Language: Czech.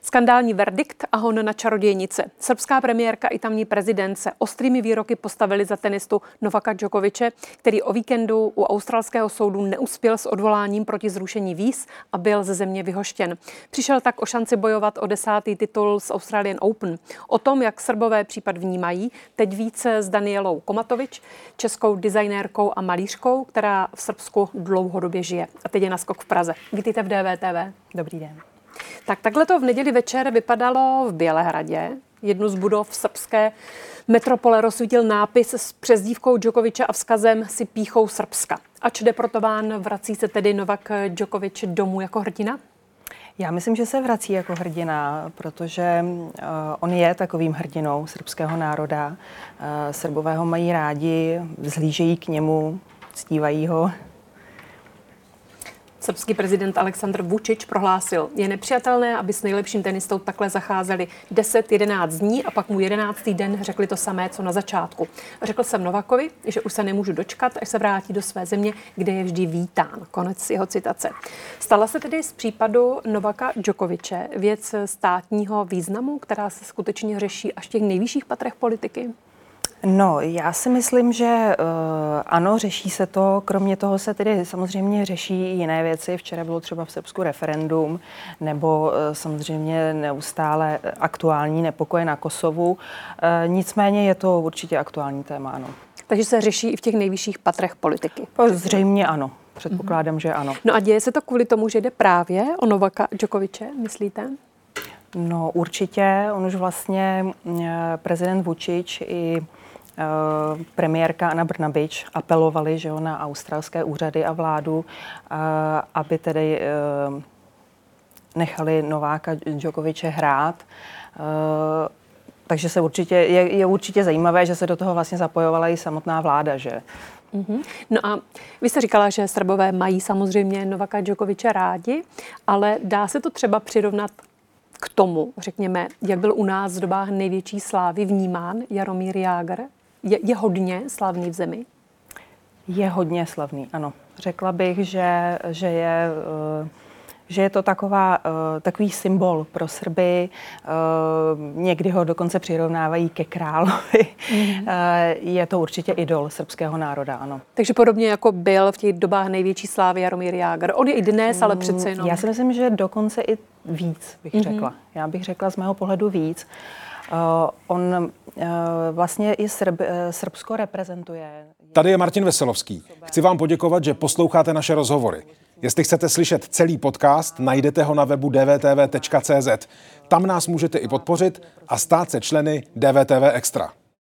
Skandální verdikt a hon na čarodějnice. Srbská premiérka i tamní prezident se ostrými výroky postavili za tenistu Novaka Djokoviče, který o víkendu u australského soudu neuspěl s odvoláním proti zrušení víz a byl ze země vyhoštěn. Přišel tak o šanci bojovat o 10. titul z Australian Open. O tom, jak Srbové případ vnímají, teď více s Danielou Komatovič, českou designérkou a malířkou, která v Srbsku dlouhodobě žije. A teď je naskok v Praze. Vítejte v DVTV. Dobrý den. Tak takhle to v neděli večer vypadalo v Bělehradě. Jednu z budov srbské metropole rozsvítil nápis s přezdívkou Djokoviče a vzkazem si pýchou Srbska. Ač deportován, vrací se tedy Novak Djokovič domů jako hrdina? Já myslím, že se vrací jako hrdina, protože on je takovým hrdinou srbského národa. Srbové ho mají rádi, vzhlížejí k němu, ctívají ho. Srbský prezident Aleksandr Vučić prohlásil, je nepřijatelné, aby s nejlepším tenistou takhle zacházeli 10-11 dní a pak mu 11. den řekli to samé, co na začátku. Řekl jsem Novakovi, že už se nemůžu dočkat, až se vrátí do své země, kde je vždy vítán. Konec jeho citace. Stala se tedy z případu Novaka Djokoviče věc státního významu, která se skutečně řeší až v těch nejvyšších patrech politiky? No, já si myslím, že ano, řeší se to. Kromě toho se tedy samozřejmě řeší i jiné věci. Včera bylo třeba v Srbsku referendum, nebo samozřejmě neustále aktuální nepokoje na Kosovu. Nicméně je to určitě aktuální téma, ano. Takže se řeší i v těch nejvyšších patrech politiky? Zřejmě ano. Předpokládám, že ano. No a děje se to kvůli tomu, že jde právě o Novaka Djokoviče, myslíte? No určitě. On už vlastně prezident Vučić i premiérka Ana Brnabić apelovali, že na australské úřady a vládu, aby tedy nechali Nováka Djokoviče hrát. Takže je určitě zajímavé, že se do toho vlastně zapojovala i samotná vláda, že? Mm-hmm. No a vy jste říkala, že Srbové mají samozřejmě Novaka Djokoviče rádi, ale dá se to třeba přirovnat k tomu, řekněme, jak byl u nás v dobách největší slávy vnímán Jaromír Jágr? Je hodně slavný v zemi? Je hodně slavný, ano. Řekla bych, že je to takový symbol pro Srby. Někdy ho dokonce přirovnávají ke královi. Je to určitě idol srbského národa, ano. Takže podobně jako byl v těch dobách největší slávy Jaromír Jágr. On je i dnes, ale přece jenom. Já si myslím, že dokonce i víc, bych řekla. Já bych řekla z mého pohledu víc. On vlastně i Srbsko reprezentuje. Tady je Martin Veselovský. Chci vám poděkovat, že posloucháte naše rozhovory. Jestli chcete slyšet celý podcast, najdete ho na webu dvtv.cz. Tam nás můžete i podpořit a stát se členy DVTV Extra.